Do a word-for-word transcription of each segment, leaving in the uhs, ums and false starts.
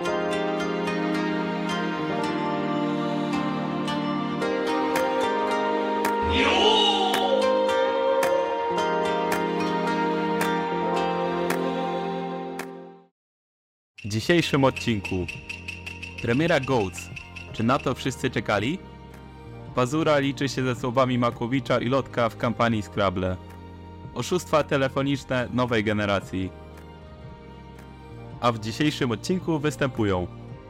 W dzisiejszym odcinku premiera Goats. Czy na to wszyscy czekali? Pazura liczy się ze słowami Makłowicza i Lotka w kampanii Scrabble. Oszustwa telefoniczne nowej generacji. A w dzisiejszym odcinku występują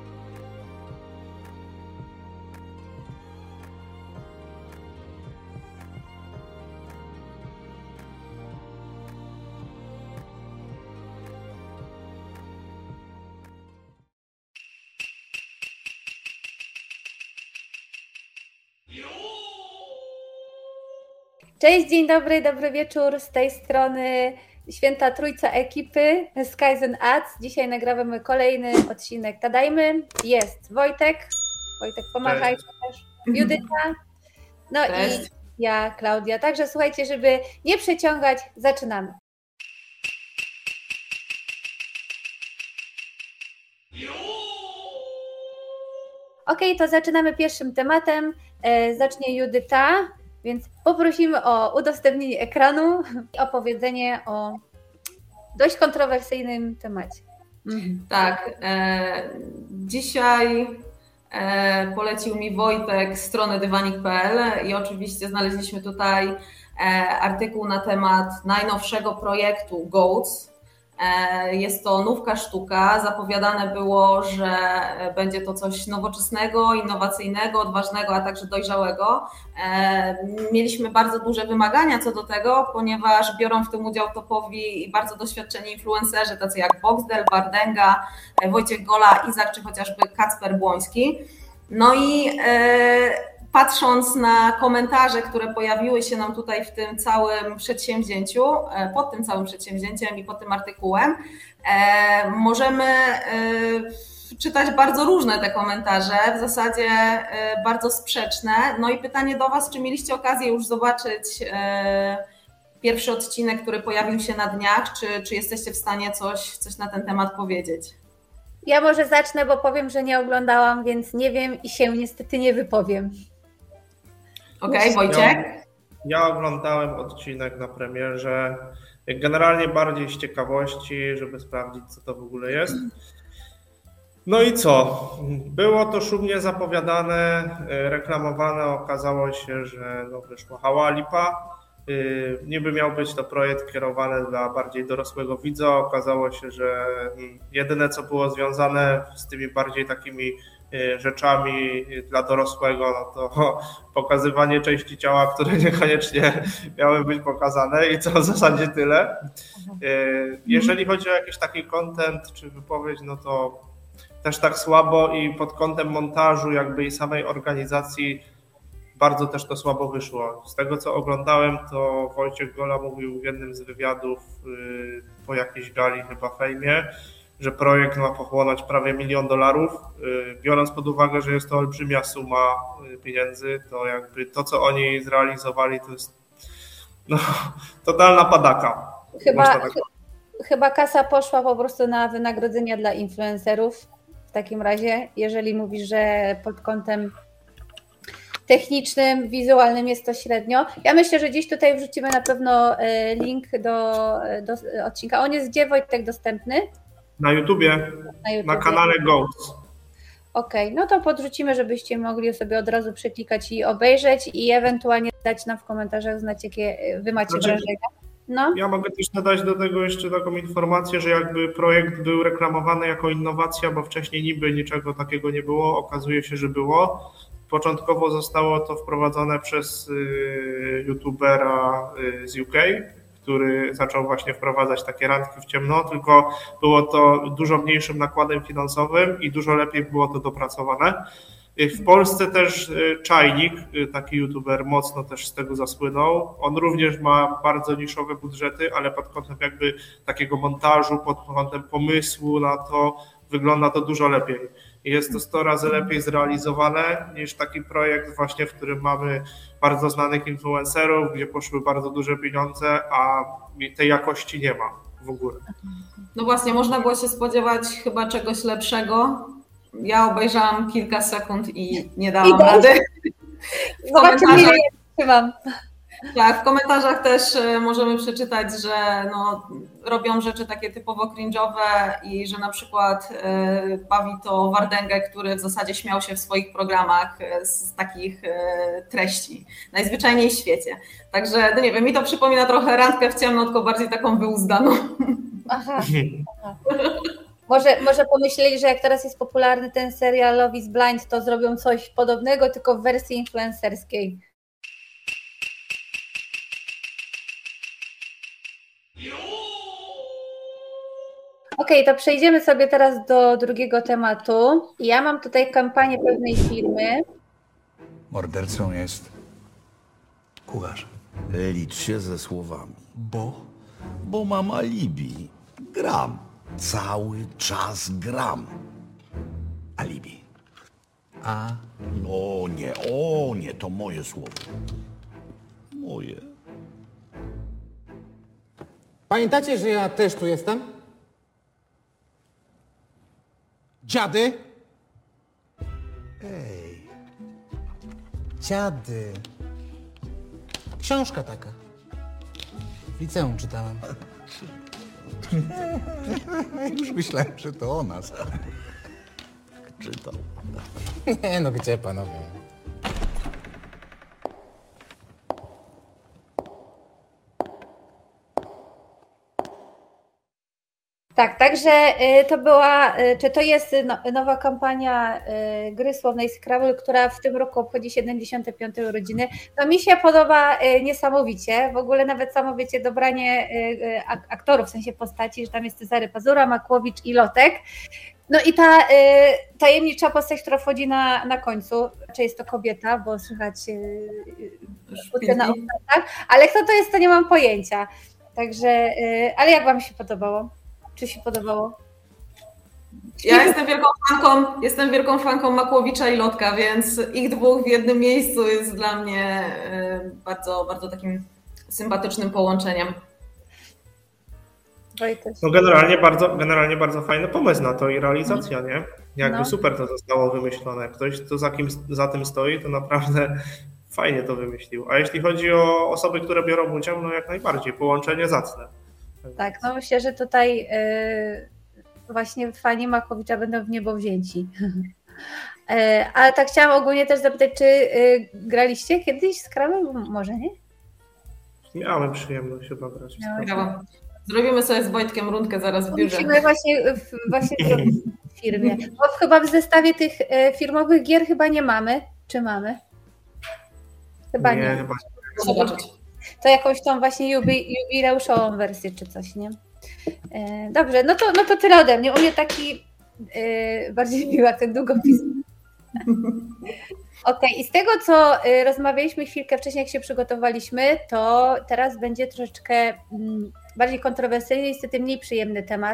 Cześć, dzień dobry, dobry wieczór, z tej strony święta trójca ekipy z Kaizen Ads. Dzisiaj nagrywamy kolejny odcinek Tadajmy. Jest Wojtek, Wojtek pomachaj też, Judyta, no Cześć. I ja, Klaudia. Także słuchajcie, żeby nie przeciągać, zaczynamy. Ok, to zaczynamy pierwszym tematem, e, zacznie Judyta. Więc poprosimy o udostępnienie ekranu i opowiedzenie o dość kontrowersyjnym temacie. Mhm. Tak, e, dzisiaj e, polecił mi Wojtek stronę dywanik kropka pe el i oczywiście znaleźliśmy tutaj e, artykuł na temat najnowszego projektu Goats. E, jest to nówka sztuka, zapowiadane było, że będzie to coś nowoczesnego, innowacyjnego, odważnego, a także dojrzałego. E, mieliśmy bardzo duże wymagania co do tego, ponieważ biorą w tym udział topowi i bardzo doświadczeni influencerzy, tacy jak Boxdel, Bardenga, Wojciech Gola, Izak czy chociażby Kacper Błoński. No i e, patrząc na komentarze, które pojawiły się nam tutaj w tym całym przedsięwzięciu, pod tym całym przedsięwzięciem i pod tym artykułem, możemy czytać bardzo różne te komentarze, w zasadzie bardzo sprzeczne. No i pytanie do Was, czy mieliście okazję już zobaczyć pierwszy odcinek, który pojawił się na dniach, czy, czy jesteście w stanie coś, coś na ten temat powiedzieć? Ja może zacznę, bo powiem, że nie oglądałam, więc nie wiem i się niestety nie wypowiem. Okej, okay, Wojciek? Ja, ja oglądałem odcinek na premierze, generalnie bardziej z ciekawości, żeby sprawdzić, co to w ogóle jest. No i co? Było to szumnie zapowiadane, reklamowane, okazało się, że no wyszła hała lipa. Niby miał być to projekt kierowany dla bardziej dorosłego widza, okazało się, że jedyne co było związane z tymi bardziej takimi rzeczami dla dorosłego, no to pokazywanie części ciała, które niekoniecznie miały być pokazane i co w zasadzie tyle. Jeżeli chodzi o jakiś taki content czy wypowiedź, no to też tak słabo i pod kątem montażu jakby i samej organizacji bardzo też to słabo wyszło. Z tego co oglądałem, to Wojciech Gola mówił w jednym z wywiadów po jakiejś gali chyba fejmie, że projekt ma pochłonąć prawie milion dolarów. Biorąc pod uwagę, że jest to olbrzymia suma pieniędzy, to jakby to, co oni zrealizowali, to jest no, totalna padaka. Chyba, tak... chyba kasa poszła po prostu na wynagrodzenia dla influencerów w takim razie, jeżeli mówisz, że pod kątem technicznym, wizualnym jest to średnio. Ja myślę, że dziś tutaj wrzucimy na pewno link do, do odcinka. On jest gdzie, Wojtek, dostępny? Na YouTubie, na, YouTubie. Na kanale Goats. Okej, okay, no to podrzucimy, żebyście mogli sobie od razu przeklikać i obejrzeć i ewentualnie dać nam w komentarzach znać, jakie wy macie znaczy, wrażenia. No. Ja mogę też dodać do tego jeszcze taką informację, że jakby projekt był reklamowany jako innowacja, bo wcześniej niby niczego takiego nie było, okazuje się, że było. Początkowo zostało to wprowadzone przez y, youtubera y, z U K, który zaczął właśnie wprowadzać takie randki w ciemno, tylko było to dużo mniejszym nakładem finansowym i dużo lepiej było to dopracowane. W Polsce też Czajnik, taki youtuber, mocno też z tego zasłynął. On również ma bardzo niszowe budżety, ale pod kątem jakby takiego montażu, pod kątem pomysłu na to wygląda to dużo lepiej. I jest to sto razy lepiej zrealizowane niż taki projekt właśnie, w którym mamy bardzo znanych influencerów, gdzie poszły bardzo duże pieniądze, a tej jakości nie ma w ogóle. No właśnie, można było się spodziewać chyba czegoś lepszego. Ja obejrzałam kilka sekund i nie dałam I rady. Zobaczymy, ile ja trzymam. Tak, w komentarzach też możemy przeczytać, że no, robią rzeczy takie typowo cringe'owe i że na przykład e, bawi to Wardęgę, który w zasadzie śmiał się w swoich programach z takich e, treści. Najzwyczajniej w świecie. Także, no nie wiem, mi to przypomina trochę randkę w ciemno, tylko bardziej taką wyuzdaną. Aha. Aha. Może, może pomyśleli, że jak teraz jest popularny ten serial Love is Blind, to zrobią coś podobnego, tylko w wersji influencerskiej. Okej, okay, to przejdziemy sobie teraz do drugiego tematu. Ja mam tutaj kampanię pewnej firmy. Mordercą jest kucharz. Licz się ze słowami. Bo? Bo mam alibi. Gram. Cały czas gram. Alibi. A? O nie, o nie, to moje słowo. Moje. Pamiętacie, że ja też tu jestem? Dziady? Ej, Dziady. Książka taka. W liceum czytałem. Już myślałem, że to o nas. czytał. Nie, no gdzie panowie? Tak, także y, to była, y, czy to jest no, nowa kampania y, gry słownej Scrabble, która w tym roku obchodzi siedemdziesiąte piąte urodziny. No mi się podoba y, niesamowicie, w ogóle nawet samo wiecie, dobranie y, y, aktorów, w sensie postaci, że tam jest Cezary Pazura, Makłowicz i Lotek. No i ta y, tajemnicza postać, która wchodzi na, na końcu, czy jest to kobieta, bo słychać y, na okrętach, ale kto to jest, to nie mam pojęcia. Także, y, ale jak wam się podobało? Czy się podobało? Ja jestem wielką fanką, jestem wielką fanką Makłowicza i Lotka, więc ich dwóch w jednym miejscu jest dla mnie bardzo, bardzo takim sympatycznym połączeniem. No generalnie bardzo, generalnie bardzo fajny pomysł na to i realizacja, nie? Jakby no. Super to zostało wymyślone. Ktoś, kto za, kim, za tym stoi, to naprawdę fajnie to wymyślił. A jeśli chodzi o osoby, które biorą udział, no jak najbardziej, połączenie zacne. Tak, no myślę, że tutaj yy, właśnie fani Makłowicza będą w niebo wzięci. yy, ale tak chciałam ogólnie też zapytać, czy yy, graliście kiedyś z Scrabble? Może nie? Miałem przyjemność chyba grać. Brawo. Zrobimy sobie z Wojtkiem rundkę zaraz w biurze. Musimy właśnie, w, właśnie w firmie. Bo chyba w zestawie tych yy, firmowych gier chyba nie mamy. Czy mamy? Chyba nie. nie. Chyba nie. Zobaczyć. To jakąś tą właśnie jubi, jubileuszową wersję czy coś, nie? Dobrze, no to, no to tyle ode mnie. U mnie taki yy, bardziej miły jak ten długopis. Okej, okay. I z tego, co rozmawialiśmy chwilkę wcześniej, jak się przygotowaliśmy, to teraz będzie troszeczkę mm, bardziej kontrowersyjny, niestety mniej przyjemny temat.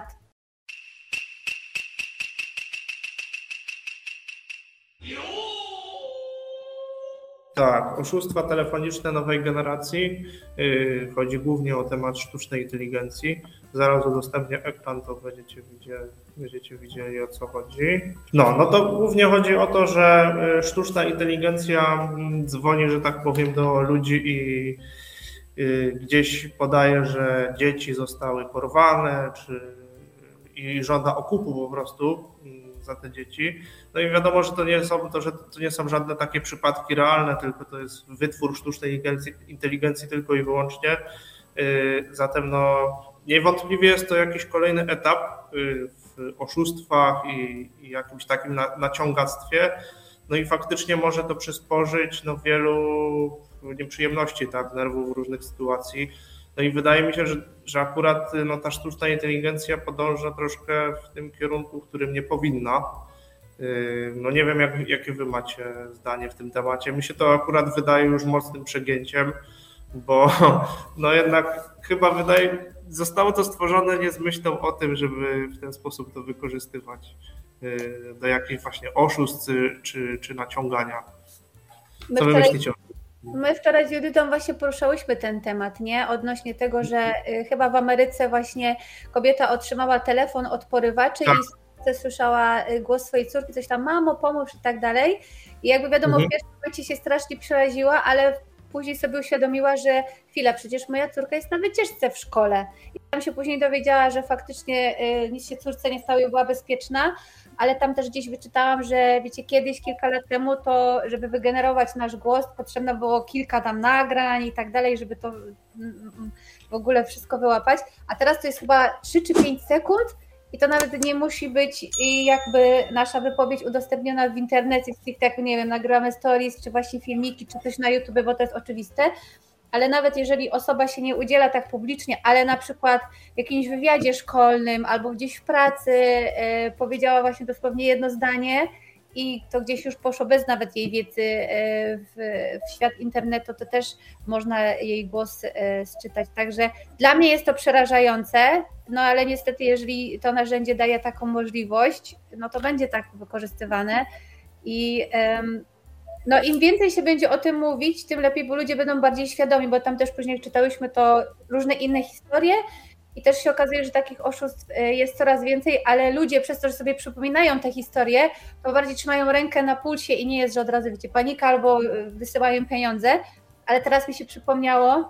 Tak, oszustwa telefoniczne nowej generacji. Yy, chodzi głównie o temat sztucznej inteligencji. Zaraz udostępnię ekran, to będziecie widzieli, będziecie widzieli o co chodzi. No, no to głównie chodzi o to, że sztuczna inteligencja dzwoni, że tak powiem, do ludzi i yy, gdzieś podaje, że dzieci zostały porwane, czy i żąda okupu po prostu za te dzieci. No i wiadomo, że to nie są, to, że to nie są żadne takie przypadki realne, tylko to jest wytwór sztucznej inteligencji tylko i wyłącznie. Zatem no, niewątpliwie jest to jakiś kolejny etap w oszustwach i, i jakimś takim naciągactwie. No i faktycznie może to przysporzyć no, wielu nieprzyjemności, tak, nerwów w różnych sytuacji. No i wydaje mi się, że, że akurat no, ta sztuczna inteligencja podąża troszkę w tym kierunku, w którym nie powinna. No nie wiem, jak, jakie wy macie zdanie w tym temacie. Mi się to akurat wydaje już mocnym przegięciem, bo no jednak chyba wydaje, zostało to stworzone nie z myślą o tym, żeby w ten sposób to wykorzystywać do jakichś właśnie oszustw czy, czy naciągania. Co wy myślicie o tym? My wczoraj z Judytą właśnie poruszałyśmy ten temat, nie? Odnośnie tego, że y, chyba w Ameryce właśnie kobieta otrzymała telefon od porywaczy Tak. i słyszała y, głos swojej córki, coś tam, mamo, pomóż i tak dalej. I jakby wiadomo, Mhm. w pierwszym momencie się strasznie przeraziła, ale później sobie uświadomiła, że chwila, przecież moja córka jest na wycieczce w szkole. I tam się później dowiedziała, że faktycznie y, nic się córce nie stało i była bezpieczna, ale tam też gdzieś wyczytałam, że wiecie, kiedyś, kilka lat temu, to żeby wygenerować nasz głos, potrzebne było kilka tam nagrań i tak dalej, żeby to w ogóle wszystko wyłapać, a teraz to jest chyba trzy czy pięć sekund i to nawet nie musi być i jakby nasza wypowiedź udostępniona w internecie, stricte jak, nie wiem, nagramy stories, czy właśnie filmiki, czy coś na YouTube, bo to jest oczywiste, ale nawet jeżeli osoba się nie udziela tak publicznie, ale na przykład w jakimś wywiadzie szkolnym albo gdzieś w pracy e, powiedziała właśnie dosłownie jedno zdanie i to gdzieś już poszło bez nawet jej wiedzy e, w, w świat internetu, to też można jej głos e, sczytać. Także dla mnie jest to przerażające, no ale niestety jeżeli to narzędzie daje taką możliwość, no to będzie tak wykorzystywane i em, no im więcej się będzie o tym mówić, tym lepiej, bo ludzie będą bardziej świadomi, bo tam też później czytałyśmy to różne inne historie i też się okazuje, że takich oszustw jest coraz więcej, ale ludzie przez to, że sobie przypominają te historie, to bardziej trzymają rękę na pulsie i nie jest, że od razu wiecie, panika albo wysyłają pieniądze, ale teraz mi się przypomniało,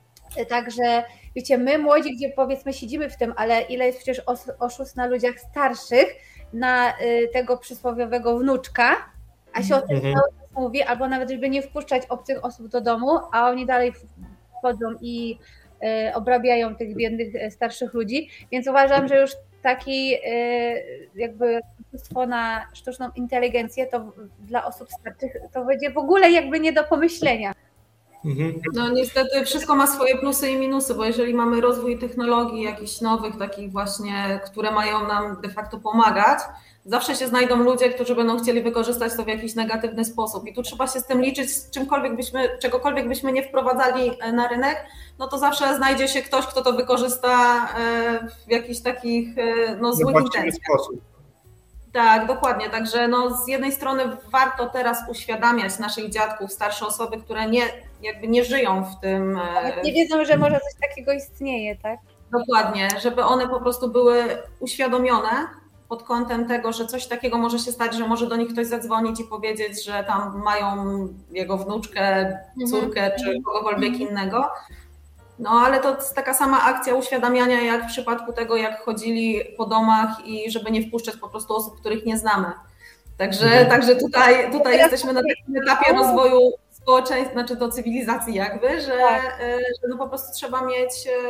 także wiecie, my młodzi, gdzie powiedzmy siedzimy w tym, ale ile jest przecież oszustw na ludziach starszych, na tego przysłowiowego wnuczka, a się o tym Mhm. cały czas mówi, albo nawet żeby nie wpuszczać obcych osób do domu, a oni dalej wchodzą i y, obrabiają tych biednych y, starszych ludzi, więc uważam, że już taki y, jakby oszustwo na sztuczną inteligencję to dla osób starszych to będzie w ogóle jakby nie do pomyślenia. Mhm. No niestety wszystko ma swoje plusy i minusy, bo jeżeli mamy rozwój technologii jakichś nowych, takich właśnie, które mają nam de facto pomagać, zawsze się znajdą ludzie, którzy będą chcieli wykorzystać to w jakiś negatywny sposób i tu trzeba się z tym liczyć, z czymkolwiek byśmy, czegokolwiek byśmy nie wprowadzali na rynek, no to zawsze znajdzie się ktoś, kto to wykorzysta w jakichś takich no, W złych właściwy intencjach. sposób. Tak, dokładnie. Także no, z jednej strony warto teraz uświadamiać naszych dziadków, starsze osoby, które nie, jakby nie żyją w tym. Nawet nie wiedzą, że może coś takiego istnieje, tak? Dokładnie, żeby one po prostu były uświadomione pod kątem tego, że coś takiego może się stać, że może do nich ktoś zadzwonić i powiedzieć, że tam mają jego wnuczkę, córkę czy kogokolwiek innego. No ale to jest taka sama akcja uświadamiania jak w przypadku tego, jak chodzili po domach i żeby nie wpuszczać po prostu osób, których nie znamy. Także, Mhm. także tutaj, tutaj jesteśmy na takim etapie rozwoju społeczeństwa, znaczy do cywilizacji jakby, że, Tak. że no po prostu trzeba mieć,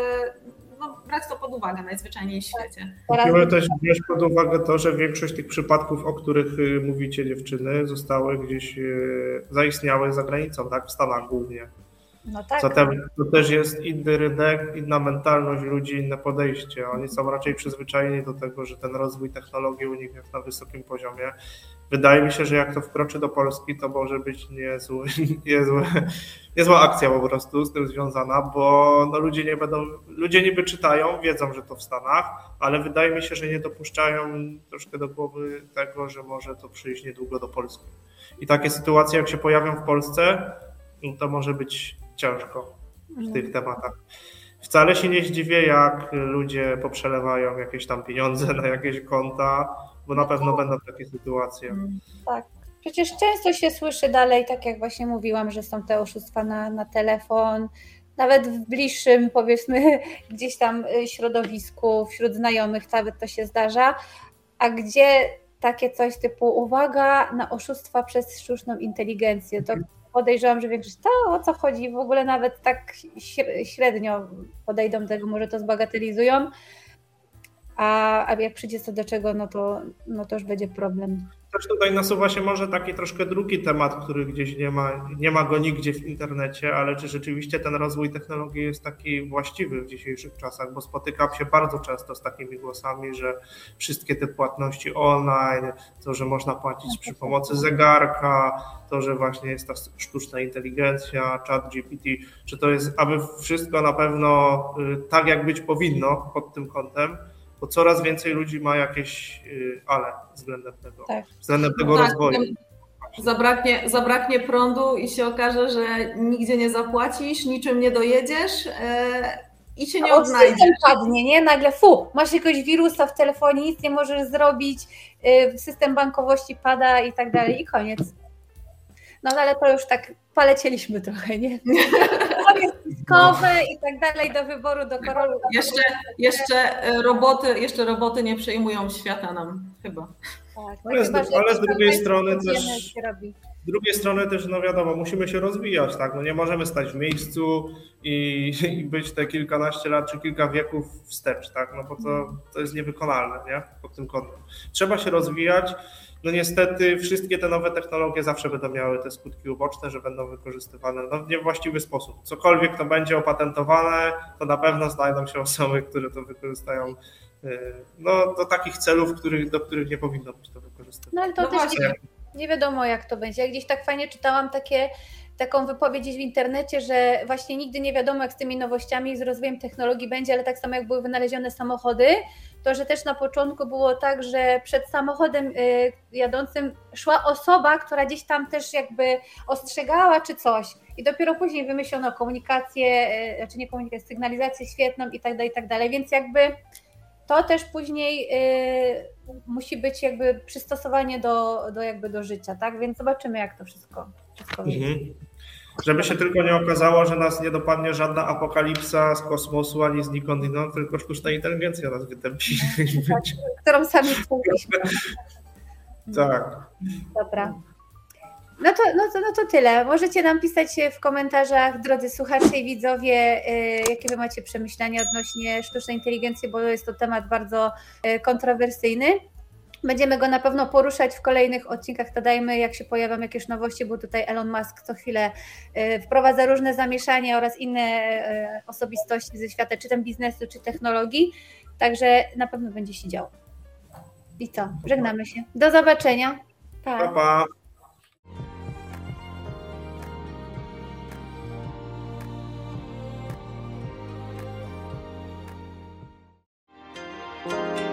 no, brać to pod uwagę najzwyczajniej w świecie. Musimy też wziąć pod uwagę to, że większość tych przypadków, o których y, mówicie dziewczyny, zostały gdzieś y, zaistniały za granicą, tak? W Stanach głównie. No tak. Zatem to też jest inny rynek, inna mentalność ludzi, inne podejście. Oni są raczej przyzwyczajeni do tego, że ten rozwój technologii u nich jest na wysokim poziomie. Wydaje mi się, że jak to wkroczy do Polski, to może być niezły, niezły, niezła akcja po prostu z tym związana, bo no ludzie nie będą, ludzie niby czytają, wiedzą, że to w Stanach, ale wydaje mi się, że nie dopuszczają troszkę do głowy tego, że może to przyjść niedługo do Polski. I takie sytuacje, jak się pojawią w Polsce, no to może być ciężko w tych tematach. Wcale się nie zdziwię, jak ludzie poprzelewają jakieś tam pieniądze na jakieś konta, bo na pewno będą takie sytuacje. Tak. Przecież często się słyszy dalej, tak jak właśnie mówiłam, że są te oszustwa na, na telefon, nawet w bliższym, powiedzmy, gdzieś tam środowisku, wśród znajomych nawet to się zdarza, a gdzie takie coś typu uwaga na oszustwa przez sztuczną inteligencję, to podejrzewam, że większość to o co chodzi, w ogóle nawet tak średnio podejdą do tego, może to zbagatelizują, a, a jak przyjdzie co do czego, no to, no to już będzie problem. Też tutaj nasuwa się może taki troszkę drugi temat, który gdzieś nie ma, nie ma go nigdzie w internecie, ale czy rzeczywiście ten rozwój technologii jest taki właściwy w dzisiejszych czasach, bo spotykam się bardzo często z takimi głosami, że wszystkie te płatności online, to, że można płacić przy pomocy zegarka, to, że właśnie jest ta sztuczna inteligencja, chat G P T, czy to jest aby wszystko na pewno tak, jak być powinno pod tym kątem, bo coraz więcej ludzi ma jakieś ale względem tego, tak. względem tego tak, rozwoju. zabraknie, zabraknie prądu i się okaże, że nigdzie nie zapłacisz, niczym nie dojedziesz e, i się nie O, odnajdziesz. system padnie, nie? Nagle fu, masz jakiegoś wirusa w telefonie, nic nie możesz zrobić, y, system bankowości pada i tak dalej i koniec. No ale to już tak polecieliśmy trochę, nie? Spiskowe i tak dalej do wyboru, do korolu. Jeszcze, jeszcze, roboty, jeszcze roboty nie przejmują świata nam chyba. Tak, Ale z- chyba, że ale z jakieś drugiej tam strony podziemne też- się robi. Z drugiej strony też, no wiadomo, musimy się rozwijać, tak? No nie możemy stać w miejscu i, i być te kilkanaście lat czy kilka wieków wstecz, tak? No bo to, to jest niewykonalne, nie? Pod tym kątem. Trzeba się rozwijać. No niestety wszystkie te nowe technologie zawsze będą miały te skutki uboczne, że będą wykorzystywane no, w niewłaściwy sposób. Cokolwiek to będzie opatentowane, to na pewno znajdą się osoby, które to wykorzystają yy, no, do takich celów, których, do których nie powinno być to wykorzystywane. No ale to No też właśnie. nie, nie wiadomo, jak to będzie. Ja gdzieś tak fajnie czytałam takie, taką wypowiedź gdzieś w internecie, że właśnie nigdy nie wiadomo, jak z tymi nowościami i z rozwojem technologii będzie, ale tak samo jak były wynalezione samochody, to że też na początku było tak, że przed samochodem y, jadącym szła osoba, która gdzieś tam też jakby ostrzegała czy coś. I dopiero później wymyślono komunikację, y, znaczy nie komunikację, sygnalizację świetną i tak dalej, i tak dalej. Więc jakby to też później y, musi być jakby przystosowanie do, do jakby do życia, tak? Więc zobaczymy, jak to wszystko, wszystko wyjdzie. Mhm. Żeby się tylko nie okazało, że nas nie dopadnie żadna apokalipsa z kosmosu ani znikądinąd, tylko sztuczna inteligencja nas wytępi. Którą sami stworzyliśmy. Tak. Dobra. No to, no, to, no to tyle. Możecie nam pisać w komentarzach, drodzy słuchacze i widzowie, y, jakie wy macie przemyślenia odnośnie sztucznej inteligencji, bo jest to temat bardzo y, kontrowersyjny. Będziemy go na pewno poruszać w kolejnych odcinkach. Dodajmy, jak się pojawią jakieś nowości, bo tutaj Elon Musk co chwilę y, wprowadza różne zamieszania oraz inne y, osobistości ze świata, czy tam biznesu, czy technologii. Także na pewno będzie się działo. I co? Żegnamy się. Do zobaczenia. Pa, pa. Thank you.